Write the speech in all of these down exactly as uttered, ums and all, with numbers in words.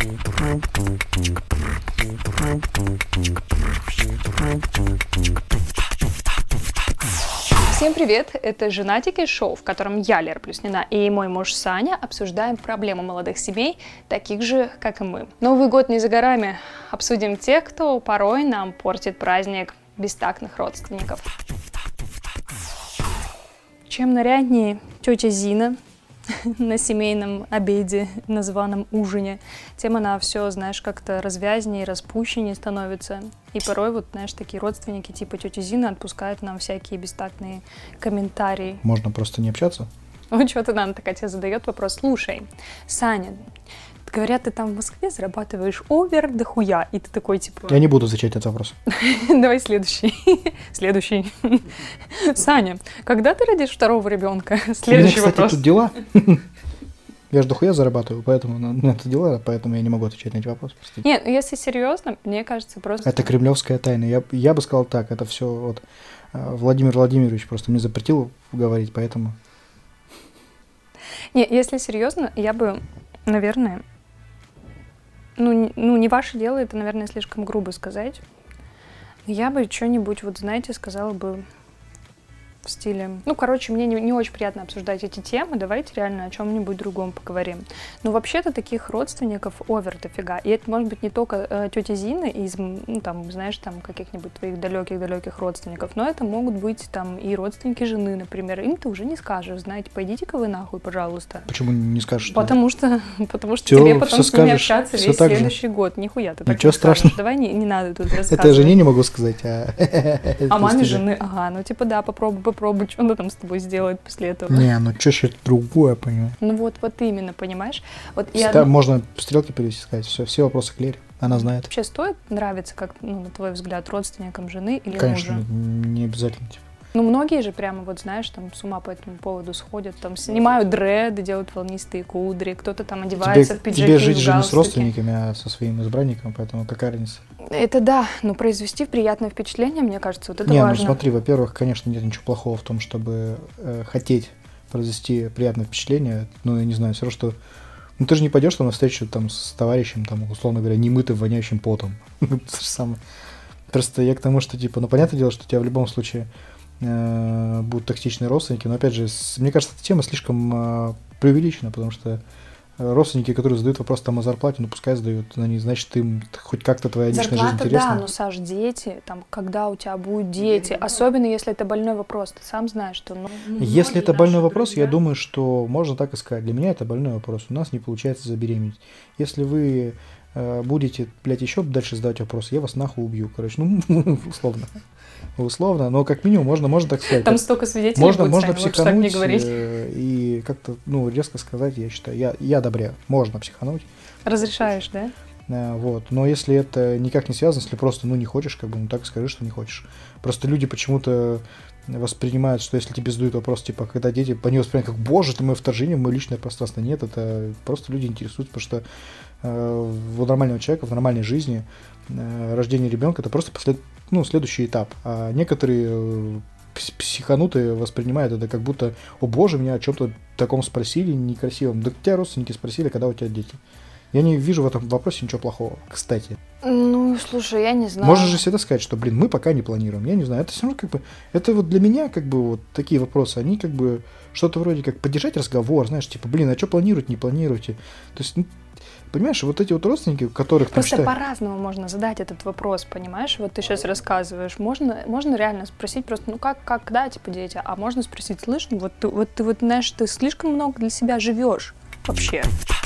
Всем привет! Это «Женатики» шоу, в котором я, Лера Плюснина, и мой муж Саня обсуждаем проблемы молодых семей, таких же, как и мы. Новый год не за горами. Обсудим тех, кто порой нам портит праздник, бестактных родственников. Чем наряднее тетя Зина на семейном обеде, на званом ужине, тем она все, знаешь, как-то развязнее, распущеннее становится. И порой, вот, знаешь, такие родственники типа тети Зины отпускают нам всякие бестактные комментарии. Можно просто не общаться? Ну, что-то нам такая тебе задает вопрос. Слушай, Саня, говорят, ты там в Москве зарабатываешь овер до хуя, и ты такой, типа... Я не буду отвечать на этот вопрос. Давай следующий. Следующий. Саня, когда ты родишь второго ребенка? Следующий вопрос. У меня, кстати, тут дела. Я же дохуя зарабатываю, поэтому ну, это дела, поэтому я не могу отвечать на эти вопросы. Простите. Нет, если серьезно, мне кажется, просто... Это кремлевская тайна. Я, я бы сказал так, это все вот Владимир Владимирович просто мне запретил говорить, поэтому... Не, если серьезно, я бы, наверное... Ну, не, ну, не ваше дело, это, наверное, слишком грубо сказать. Я бы что-нибудь, вот, знаете, сказала бы в стиле... Ну, короче, мне не, не очень приятно обсуждать эти темы, давайте реально о чем-нибудь другом поговорим. Но вообще-то таких родственников овер дофига. И это может быть не только э, тетя Зина из, ну, там, знаешь, там, каких-нибудь твоих далеких-далеких родственников, но это могут быть там и родственники жены, например. Им ты уже не скажешь, знаете, пойдите-ка вы нахуй, пожалуйста. Почему не скажешь? Потому что, потому что Всё, тебе потом с ними скажешь, общаться весь следующий же. год. Нихуя ты так Ничего не страшного. скажешь. Давай не, не надо тут рассказывать. Это жене не могу сказать, а... А маме жены, ага, ну типа да, попробуй, попробуй, что она там с тобой сделает после этого. Не, ну что еще другое, понимаю. Ну вот, вот именно, понимаешь? Вот я... одну... Можно стрелки перевести, сказать, все, все вопросы к Лере, она знает. Вообще стоит нравиться, как, ну, на твой взгляд, родственникам жены или Конечно, мужа? Конечно, не обязательно. Типа. Ну, многие же прямо, вот знаешь, там с ума по этому поводу сходят, там снимают дреды, делают волнистые кудри, кто-то там одевается тебе, в пиджаки. Тебе жить в же не с галстуке. родственниками, а со своим избранником, поэтому какая разница? Это да, но произвести приятное впечатление, мне кажется, вот это не, важно. Ну смотри, во-первых, конечно, нет ничего плохого в том, чтобы э, хотеть произвести приятное впечатление, но я не знаю, все равно, что... Ну ты же не пойдешь там на встречу там, с товарищем, там, условно говоря, немытым, воняющим потом. Просто я к тому, что, типа, ну понятное дело, что у тебя в любом случае э, будут токсичные родственники, но опять же, с, мне кажется, эта тема слишком э, преувеличена, потому что родственники, которые задают вопрос там о зарплате, ну пускай задают, но не значит, им хоть как-то твоя личная Зарплата, жизнь интересна. да, но, Саш, дети, там, когда у тебя будут дети, особенно если это больной вопрос, ты сам знаешь, что... Ну, если это больной вопрос, друзья... я думаю, что можно так и сказать. Для меня это больной вопрос, у нас не получается забеременеть. Если вы э, будете, блядь, еще дальше задавать вопросы, я вас нахуй убью, короче, ну, условно. Условно, но как минимум можно, можно так сказать. Там столько свидетелей можно, будет, можно Саня, психануть не говорить. Э, и как-то, ну, резко сказать, я считаю, я, я одобряю, можно психануть. Разрешаешь, да? Э, вот, но если это никак не связано, если просто, ну, не хочешь, как бы, ну, так и скажи, что не хочешь. Просто люди почему-то воспринимают, что если тебе задают вопрос, типа, когда дети, они воспринимают как, боже, это мое вторжение в мое личное пространство. Нет, это просто люди интересуются, потому что э, у нормального человека в нормальной жизни э, рождение ребенка это просто послед... ну, следующий этап. А некоторые э, психанутые воспринимают это как будто, о боже, меня о чем-то таком спросили некрасивом. Да тебя родственники спросили, когда у тебя дети. Я не вижу в этом вопросе ничего плохого, кстати. Ну, слушай, я не знаю. Можно же всегда сказать, что, блин, мы пока не планируем. Я не знаю, это все равно как бы... Это вот для меня, как бы, вот такие вопросы, они как бы что-то вроде как поддержать разговор, знаешь, типа, блин, а что планируете, не планируете? То есть, ну, понимаешь, вот эти вот родственники, которых... Просто там, по-разному можно задать этот вопрос, понимаешь? Вот ты сейчас рассказываешь. Можно, можно реально спросить просто, ну как, как, да, типа, дети, а можно спросить, слышь, ну вот ты, вот ты, вот, знаешь, ты слишком много для себя живешь вообще.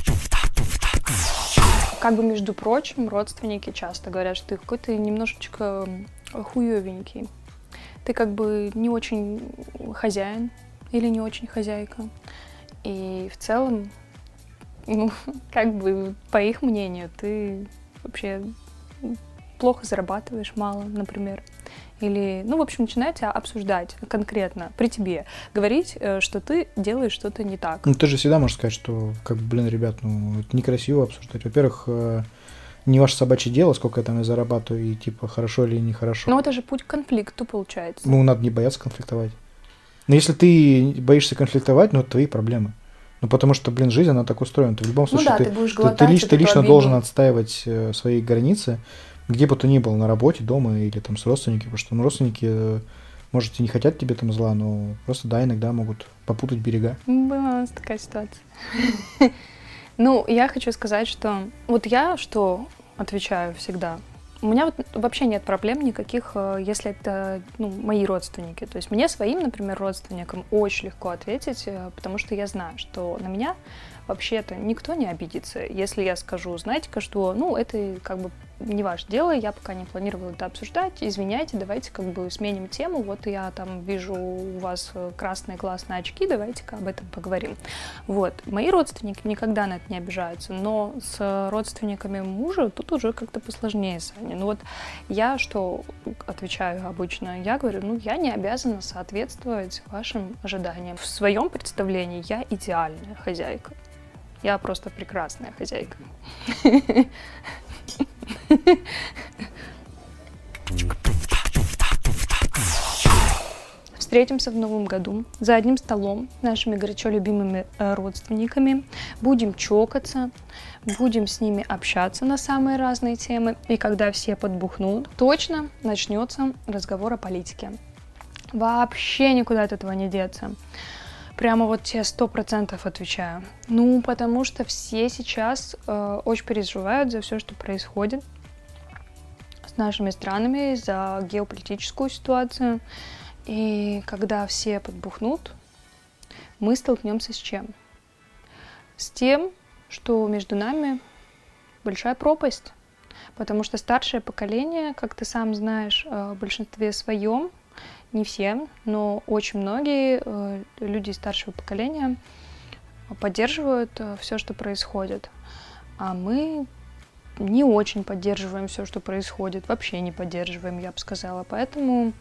Как бы, между прочим, родственники часто говорят, что ты какой-то немножечко хуёвенький. Ты как бы не очень хозяин или не очень хозяйка. И в целом, ну, как бы, по их мнению, ты вообще плохо зарабатываешь, мало, например. Или, ну, в общем, начинаете обсуждать конкретно при тебе, говорить, что ты делаешь что-то не так. Ну, ты же всегда можешь сказать, что, как бы, блин, ребят, ну, это некрасиво обсуждать. Во-первых, не ваше собачье дело, сколько я там я зарабатываю, и, типа, хорошо или нехорошо. Но это же путь к конфликту, получается. Ну, надо не бояться конфликтовать. Но если ты боишься конфликтовать, ну, это твои проблемы. Ну, потому что, блин, жизнь, она так устроена. Ты в любом случае, ну, да, ты, ты, будешь ты, глотать ты, лично, ты эту лично обиду. должен отстаивать э, свои границы, где бы то ни было, на работе, дома или там с родственниками, потому что ну, родственники, э, может, и не хотят тебе там зла, но просто, да, иногда могут попутать берега. Была у нас такая ситуация. Ну, я хочу сказать, что вот я что отвечаю всегда. У меня вот вообще нет проблем никаких, если это ну, мои родственники. То есть мне своим, например, родственникам очень легко ответить, потому что я знаю, что на меня вообще-то никто не обидится. Если я скажу, знаете-ка что, ну, это как бы не ваше дело, я пока не планировала это обсуждать, извиняйте, давайте как бы сменим тему, вот я там вижу у вас красные классные очки, давайте-ка об этом поговорим. Вот, мои родственники никогда на это не обижаются, но с родственниками мужа тут уже как-то посложнее, Саня. Ну вот я что отвечаю обычно? Я говорю, ну, я не обязана соответствовать вашим ожиданиям. В своем представлении я идеальная хозяйка. Я просто прекрасная хозяйка. Встретимся в новом году за одним столом с нашими горячо любимыми родственниками. Будем чокаться, будем с ними общаться на самые разные темы. И когда все подбухнут, точно начнется разговор о политике. Вообще никуда от этого не деться. Прямо вот тебе сто процентов отвечаю. Ну, потому что все сейчас э, очень переживают за все, что происходит с нашими странами, за геополитическую ситуацию. И когда все подбухнут, мы столкнемся с чем? С тем, что между нами большая пропасть. Потому что старшее поколение, как ты сам знаешь, в большинстве своем, не все, но очень многие э, люди старшего поколения поддерживают э, все, что происходит. А мы не очень поддерживаем все, что происходит. Вообще не поддерживаем, я бы сказала. Поэтому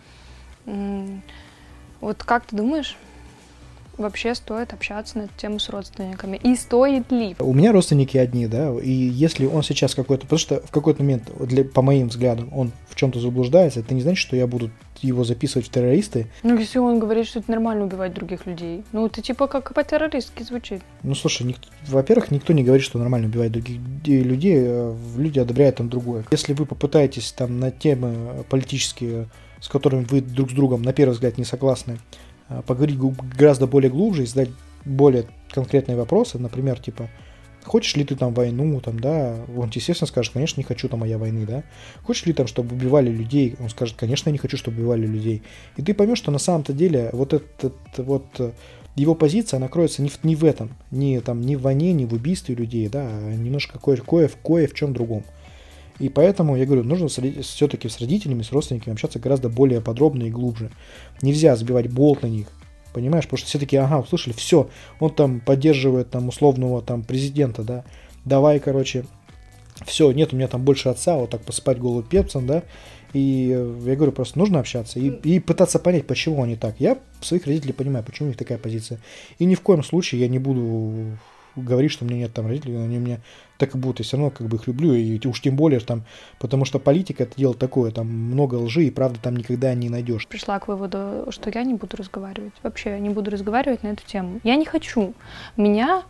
м- вот как ты думаешь, вообще стоит общаться на эту тему с родственниками? И стоит ли? У меня родственники одни, да, и если он сейчас какой-то... Потому что в какой-то момент, для, по моим взглядам, он в чем-то заблуждается, это не значит, что я буду его записывать в террористы. Ну, если он говорит, что это нормально убивать других людей. Ну, это типа как по-террористски звучит. Ну, слушай, ник- во-первых, никто не говорит, что нормально убивать других людей, люди одобряют там другое. Если вы попытаетесь там на темы политические, с которыми вы друг с другом на первый взгляд не согласны, поговорить гораздо более глубже и задать более конкретные вопросы, например, типа, хочешь ли ты там войну, там, да, он, естественно, скажет, конечно, не хочу там я войны, да, хочешь ли там, чтобы убивали людей, он скажет, конечно, я не хочу, чтобы убивали людей, и ты поймешь, что на самом-то деле вот этот вот его позиция, она кроется не в, не в этом, не там, не в войне, не в убийстве людей, да, а немножко кое, кое, кое в чем другом. И поэтому, я говорю, нужно все-таки с родителями, с родственниками общаться гораздо более подробно и глубже. Нельзя забивать болт на них, понимаешь? Потому что все таки ага, услышали, все, он там поддерживает там условного там президента, да, давай, короче, все, нет у меня там больше отца, вот так посыпать голову пепсом, да, и я говорю, просто нужно общаться и, и пытаться понять, почему они так. Я своих родителей понимаю, почему у них такая позиция. И ни в коем случае я не буду говорить, что у меня нет там родителей, они мне так и будут, я все равно как бы их люблю, и уж тем более там, потому что политика это дело такое, там много лжи, и правда там никогда не найдешь. Пришла к выводу, что я не буду разговаривать, вообще не буду разговаривать на эту тему. Я не хочу, меня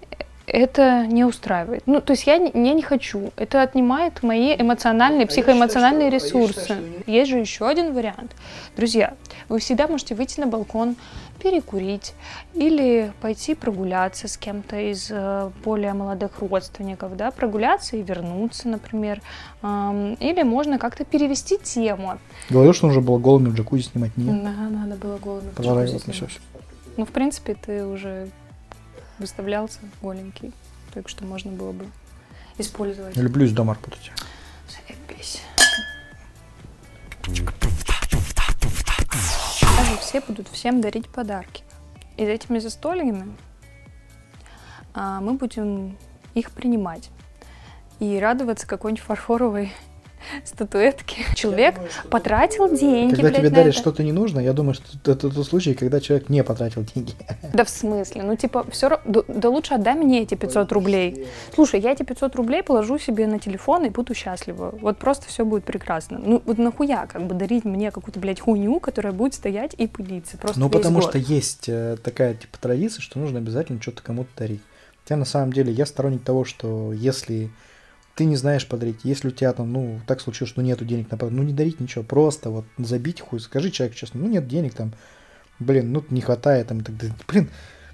это не устраивает. Ну, то есть я не, я не хочу, это отнимает мои эмоциональные, а психоэмоциональные считаю, что, ресурсы. А считаю, что... Есть же еще один вариант. Друзья, вы всегда можете выйти на балкон, перекурить или пойти прогуляться с кем-то из э, более молодых родственников, да, прогуляться и вернуться, например. Эм, или можно как-то перевести тему. Говорил, что нужно было голыми в джакузи снимать, нет? Да, надо было голыми в джакузи снимать. Ну, в принципе, ты уже выставлялся голенький, так что можно было бы использовать. Я люблю из дома работать. Заебись. Даже все будут всем дарить подарки. И за этими застольями а, мы будем их принимать. И радоваться какой-нибудь фарфоровой статуэтки. Человек думаю, потратил деньги, когда блядь, тебе дарят это. Что-то не нужно, я думаю, что это тот случай, когда человек не потратил деньги. Да в смысле? Ну типа, все равно, да, да лучше отдай мне эти пятьсот рублей. Слушай, я эти пятьсот рублей положу себе на телефон и буду счастлива. Вот просто все будет прекрасно. Ну вот нахуя как бы дарить мне какую-то, блядь, хуйню, которая будет стоять и пылиться просто Ну весь потому год. что есть такая типа традиция, что нужно обязательно что-то кому-то дарить. Хотя на самом деле я сторонник того, что если ты не знаешь подарить, если у тебя там, ну, так случилось, что нету денег на подарок, ну, не дарить ничего, просто вот забить хуй, скажи человеку честно, ну, нет денег там, блин, ну, не хватает там, так, блин,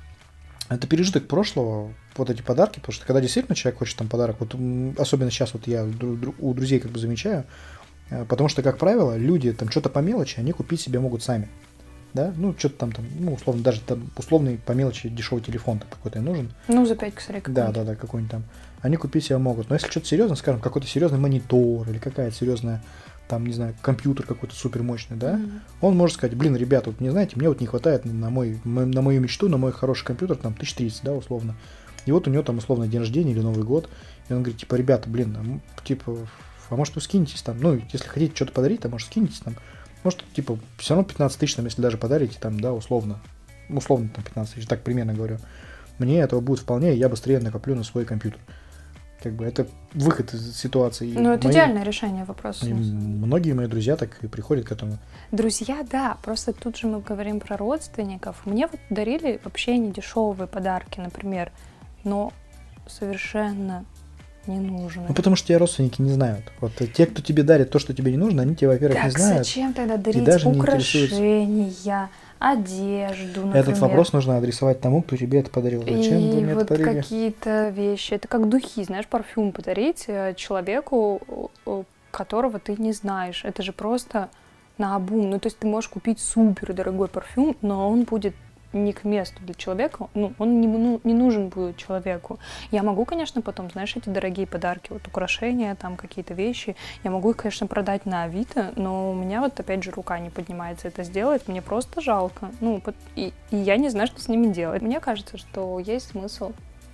это пережиток прошлого, вот эти подарки, потому что когда действительно человек хочет там подарок, вот особенно сейчас вот я у друзей как бы замечаю, потому что, как правило, люди там что-то по мелочи, они купить себе могут сами. Да, ну, что-то там, там, ну, условно, даже там условный по мелочи дешевый телефон там какой-то им нужен. Ну, за пять косарей какой-нибудь. Да, да, да, какой-нибудь там. Они купить себе могут. Но если что-то серьезное, скажем, какой-то серьезный монитор или какая-то серьезная, там, не знаю, компьютер какой-то супер мощный, да, mm-hmm. он может сказать, блин, ребята, вот не знаете, мне вот не хватает на, мой, на мою мечту, на мой хороший компьютер, там, тысяч тридцать, да, условно. И вот у него там, условно, день рождения или Новый год. И он говорит, типа, ребята, блин, типа, а может вы скинетесь там, ну, если хотите что-то подарить, то, может, скинетесь там. Может, типа, все равно пятнадцать тысяч, там, если даже подарите, там, да, условно, условно, там, пятнадцать тысяч, так примерно говорю, мне этого будет вполне, и я быстрее накоплю на свой компьютер. Как бы это выход из ситуации. Ну, это мои, идеальное решение вопроса. Многие мои друзья так и приходят к этому. Друзья, да, просто тут же мы говорим про родственников. Мне вот дарили вообще не дешевые подарки, например, но совершенно не нужно. Ну, потому что тебя родственники не знают. Вот те, кто тебе дарит то, что тебе не нужно, они тебя, во-первых, так не знают. Зачем тогда дарить украшения, одежду, например? Этот вопрос нужно адресовать тому, кто тебе это подарил. Зачем и вы мне вот это подарили? Какие-то вещи. Это как духи, знаешь, парфюм подарить человеку, которого ты не знаешь. Это же просто наобум. Ну, то есть ты можешь купить супер дорогой парфюм, но он будет не к месту для человека, ну, он не, ну, не нужен будет человеку. Я могу, конечно, потом, знаешь, эти дорогие подарки, вот украшения, там какие-то вещи, я могу их, конечно, продать на Авито, но у меня вот, опять же, рука не поднимается это сделать, мне просто жалко, ну, и, и я не знаю, что с ними делать. Мне кажется, что есть смысл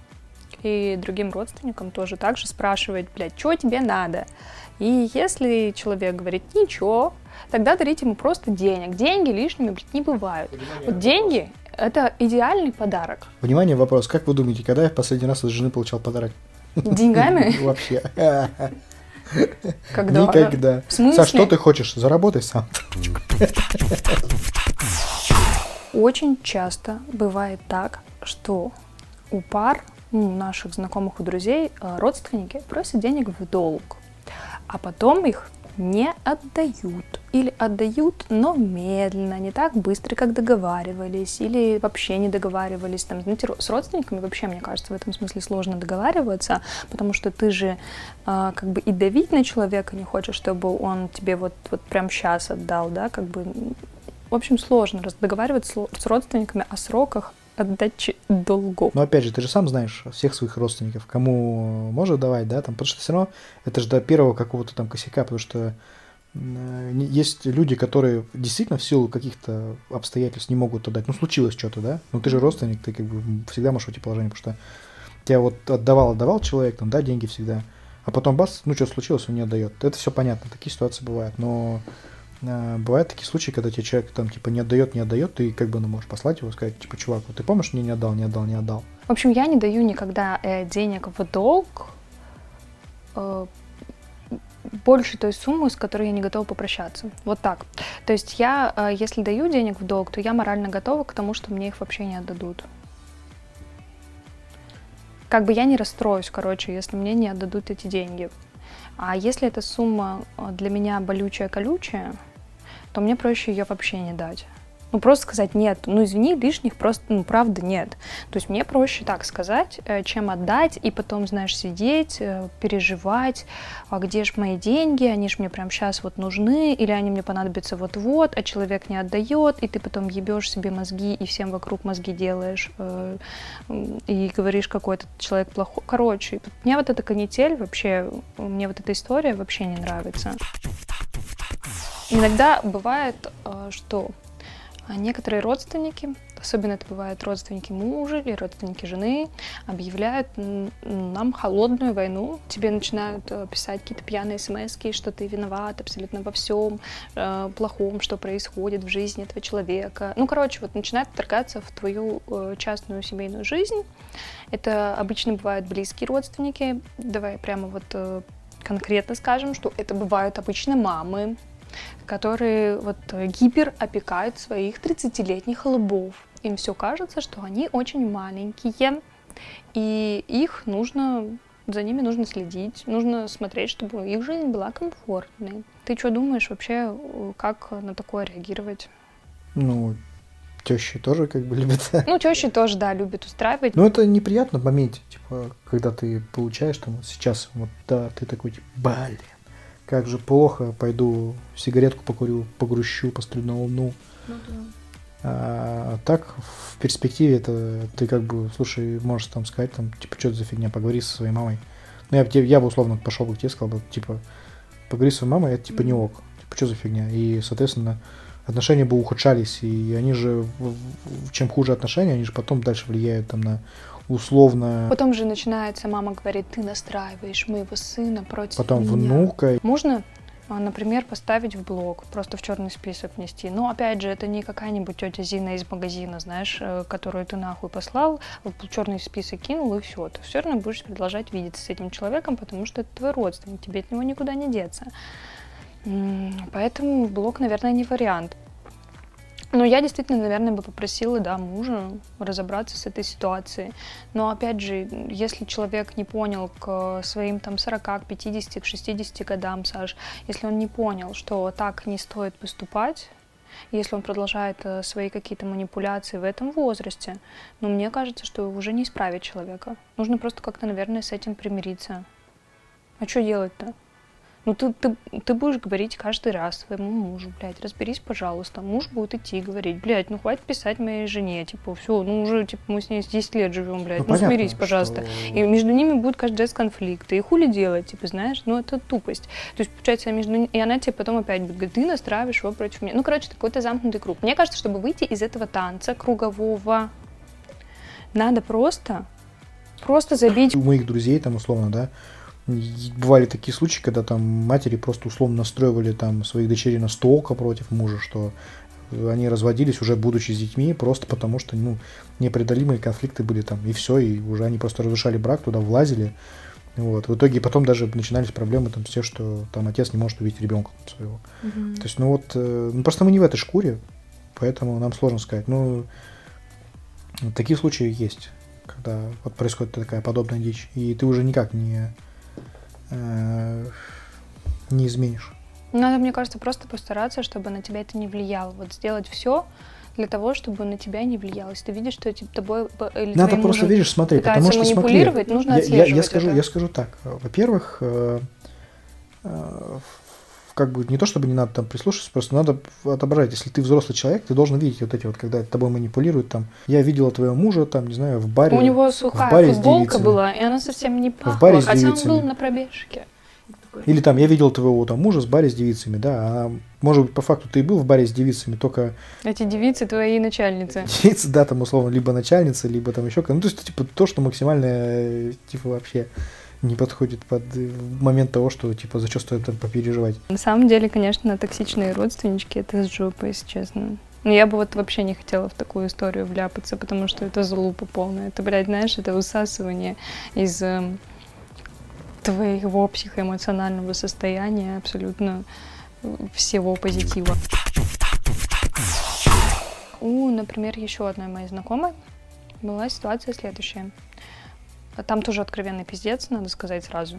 и другим родственникам тоже так же спрашивать, блядь, что тебе надо? И если человек говорит, ничего, тогда дарите ему просто денег. Деньги лишними, блядь, не бывают. Внимание, вот деньги — это идеальный подарок. Внимание, вопрос. Как вы думаете, когда я в последний раз от жены получал подарок? Деньгами? Вообще. Когда? Никогда. В смысле? Саш, что ты хочешь? Заработай сам. Очень часто бывает так, что у пар, ну, наших знакомых и друзей, родственники просят денег в долг, а потом их не отдают. Или отдают, но медленно, не так быстро, как договаривались, или вообще не договаривались. Там, знаете, с родственниками вообще, мне кажется, в этом смысле сложно договариваться, потому что ты же э, как бы и давить на человека не хочешь, чтобы он тебе вот, вот прям сейчас отдал, да, как бы. В общем, сложно договариваться с родственниками о сроках отдачи долгов. Но опять же, ты же сам знаешь всех своих родственников, кому можно давать, да, там, потому что все равно это же до первого какого-то там косяка, потому что э, есть люди, которые действительно в силу каких-то обстоятельств не могут отдать. Ну, случилось что-то, да, но ты же родственник, ты как бы всегда можешь в эти положения, потому что тебя вот отдавал, отдавал человек, там, да, деньги всегда, а потом бас, ну, что случилось, он не отдает. Это все понятно, такие ситуации бывают, но бывают такие случаи, когда тебе человек там типа не отдает, не отдает, ты как бы ну, можешь послать его, сказать, типа, чувак, вот ты помнишь, мне не отдал, не отдал, не отдал. В общем, я не даю никогда э, денег в долг э, больше той суммы, с которой я не готова попрощаться. Вот так. То есть я, э, если даю денег в долг, то я морально готова к тому, что мне их вообще не отдадут. Как бы я не расстроюсь, короче, если мне не отдадут эти деньги. А если эта сумма для меня болючая-колючая, то мне проще ее вообще не дать. Ну, просто сказать нет, ну, извини, лишних просто, ну, правда, нет. То есть мне проще так сказать, чем отдать, и потом, знаешь, сидеть, переживать, а где же мои деньги, они же мне прямо сейчас вот нужны, или они мне понадобятся вот-вот, а человек не отдает, и ты потом ебешь себе мозги, и всем вокруг мозги делаешь, и говоришь, какой этот человек плохой. Короче, мне вот эта канитель вообще, мне вот эта история вообще не нравится. Иногда бывает, что некоторые родственники, особенно это бывают родственники мужа или родственники жены, объявляют нам холодную войну. Тебе начинают писать какие-то пьяные смски, что ты виноват абсолютно во всем э, плохом, что происходит в жизни этого человека. Ну, короче, вот начинают вторгаться в твою э, частную семейную жизнь. Это обычно бывают близкие родственники. Давай прямо вот э, конкретно скажем, что это бывают обычно мамы, которые вот гипер опекают своих тридцатилетних лбов. Им все кажется, что они очень маленькие, и их нужно, за ними нужно следить, нужно смотреть, чтобы их жизнь была комфортной. Ты что думаешь вообще, как на такое реагировать? Ну, тещи тоже как бы любят. Ну, тещи тоже, да, любят устраивать. Ну, это неприятно в моменте, типа, когда ты получаешь там вот сейчас, вот, да, ты такой, типа, блин. Как же плохо, пойду сигаретку покурю, погрущу, посмотрю на луну. Ну, да. А так, в перспективе, это ты как бы, слушай, можешь там сказать, там, типа, что это за фигня, поговори со своей мамой. Ну, я, я бы, условно, пошел бы к тебе, сказал бы, типа, поговори со своей мамой, это, типа, не ок. Типа, что за фигня? И, соответственно, отношения бы ухудшались, и они же, чем хуже отношения, они же потом дальше влияют там на условно... Потом же начинается, мама говорит, ты настраиваешь моего сына против потом меня. Внука. Можно, например, поставить в блог, просто в черный список внести. Но, опять же, это не какая-нибудь тетя Зина из магазина, знаешь, которую ты нахуй послал, в черный список кинул, и все. Ты все равно будешь продолжать видеться с этим человеком, потому что это твой родственник, тебе от него никуда не деться. Поэтому блог, наверное, не вариант. Но я действительно, наверное, бы попросила, да, мужа разобраться с этой ситуацией. Но, опять же, если человек не понял к своим там сорока, к пятидесяти, к шестидесяти годам, Саш, если он не понял, что так не стоит поступать, если он продолжает свои какие-то манипуляции в этом возрасте, ну, мне кажется, что уже не исправить человека. Нужно просто как-то, наверное, с этим примириться. А что делать-то? Ну, ты, ты, ты будешь говорить каждый раз своему мужу, блядь, разберись, пожалуйста. Муж будет идти и говорить, блядь, ну, хватит писать моей жене, типа, все, ну, уже, типа, мы с ней десять лет живем, блядь, ну, ну понятно, смирись, пожалуйста. Что... И между ними будет каждый раз конфликты. И хули делать, типа, знаешь, ну, это тупость. То есть, получается, между... И она тебе потом опять будет говорить, ты настраиваешь его против меня. Ну, короче, какой-то замкнутый круг. Мне кажется, чтобы выйти из этого танца кругового, надо просто, просто забить... У моих друзей, там, условно, да, бывали такие случаи, когда там матери просто условно настраивали там своих дочерей настолько против мужа, что они разводились уже будучи с детьми, просто потому что, ну, непреодолимые конфликты были там, и все, и уже они просто разрушали брак, туда влазили. Вот. В итоге потом даже начинались проблемы там с тем, что там отец не может увидеть ребенка своего. Mm-hmm. То есть, ну вот, ну просто мы не в этой шкуре, поэтому нам сложно сказать. Ну, такие случаи есть, когда вот происходит такая подобная дичь, и ты уже никак не... не изменишь. Надо, мне кажется, просто постараться, чтобы на тебя это не влияло. Вот сделать все для того, чтобы на тебя не влияло. Если ты видишь, что тобой или надо просто, видишь, смотри, потому что манипулировать, смотри, нужно я, отслеживать я, я скажу, это. Я скажу так. Во-первых, э, э, как бы не то, чтобы не надо там прислушиваться, просто надо отображать. Если ты взрослый человек, ты должен видеть вот эти вот, когда тобой манипулируют, там, я видела твоего мужа, там, не знаю, в баре. У него сухая футболка была, и она совсем не пахла, в баре хотя он был на пробежке. Или там, я видел твоего там мужа с баре с девицами, да, а может быть, по факту ты и был в баре с девицами, только... Эти девицы твои начальницы. Девицы, да, там, условно, либо начальница, либо там еще... Ну, то есть, типа, то, что максимально, типа, вообще не подходит под момент того, что, типа, за что стоит там попереживать. На самом деле, конечно, токсичные родственнички — это с жопы, если честно. Но я бы вот вообще не хотела в такую историю вляпаться, потому что это залупа полная. Это, блядь, знаешь, это высасывание из... твоего психоэмоционального состояния, абсолютно всего позитива. У, например, еще одной моей знакомой была ситуация следующая. Там тоже откровенный пиздец, надо сказать сразу.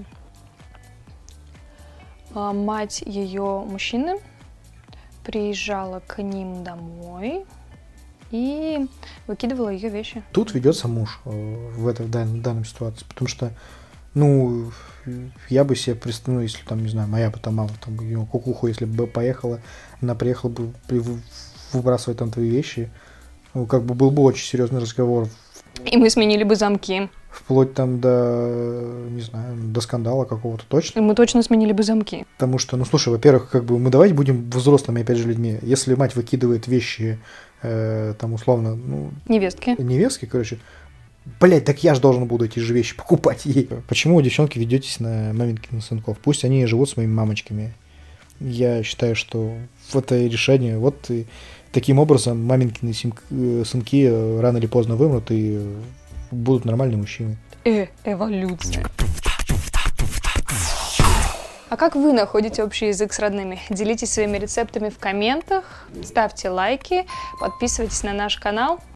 Мать ее мужчины приезжала к ним домой и выкидывала ее вещи. Тут ведется муж в этой в данной, в данной ситуации, потому что ну, я бы себе представил, ну, если там, не знаю, моя бы там мама, там, ее кукуху, если бы поехала, она приехала бы выбрасывать там твои вещи, ну, как бы был бы очень серьезный разговор. И мы сменили бы замки. Вплоть там до, не знаю, до скандала какого-то точно. И мы точно сменили бы замки. Потому что, ну, слушай, во-первых, как бы мы давайте будем взрослыми, опять же, людьми. Если мать выкидывает вещи э, там условно, ну... Невестки. Невестки, короче. Блять, так я же должен буду эти же вещи покупать ей. Почему вы, девчонки, ведетесь на маменькиных сынков? Пусть они живут с моими мамочками. Я считаю, что это решение, вот и таким образом маменькины сынки рано или поздно вымрут и будут нормальные мужчины. Э, эволюция. А как вы находите общий язык с родными? Делитесь своими рецептами в комментах, ставьте лайки, подписывайтесь на наш канал.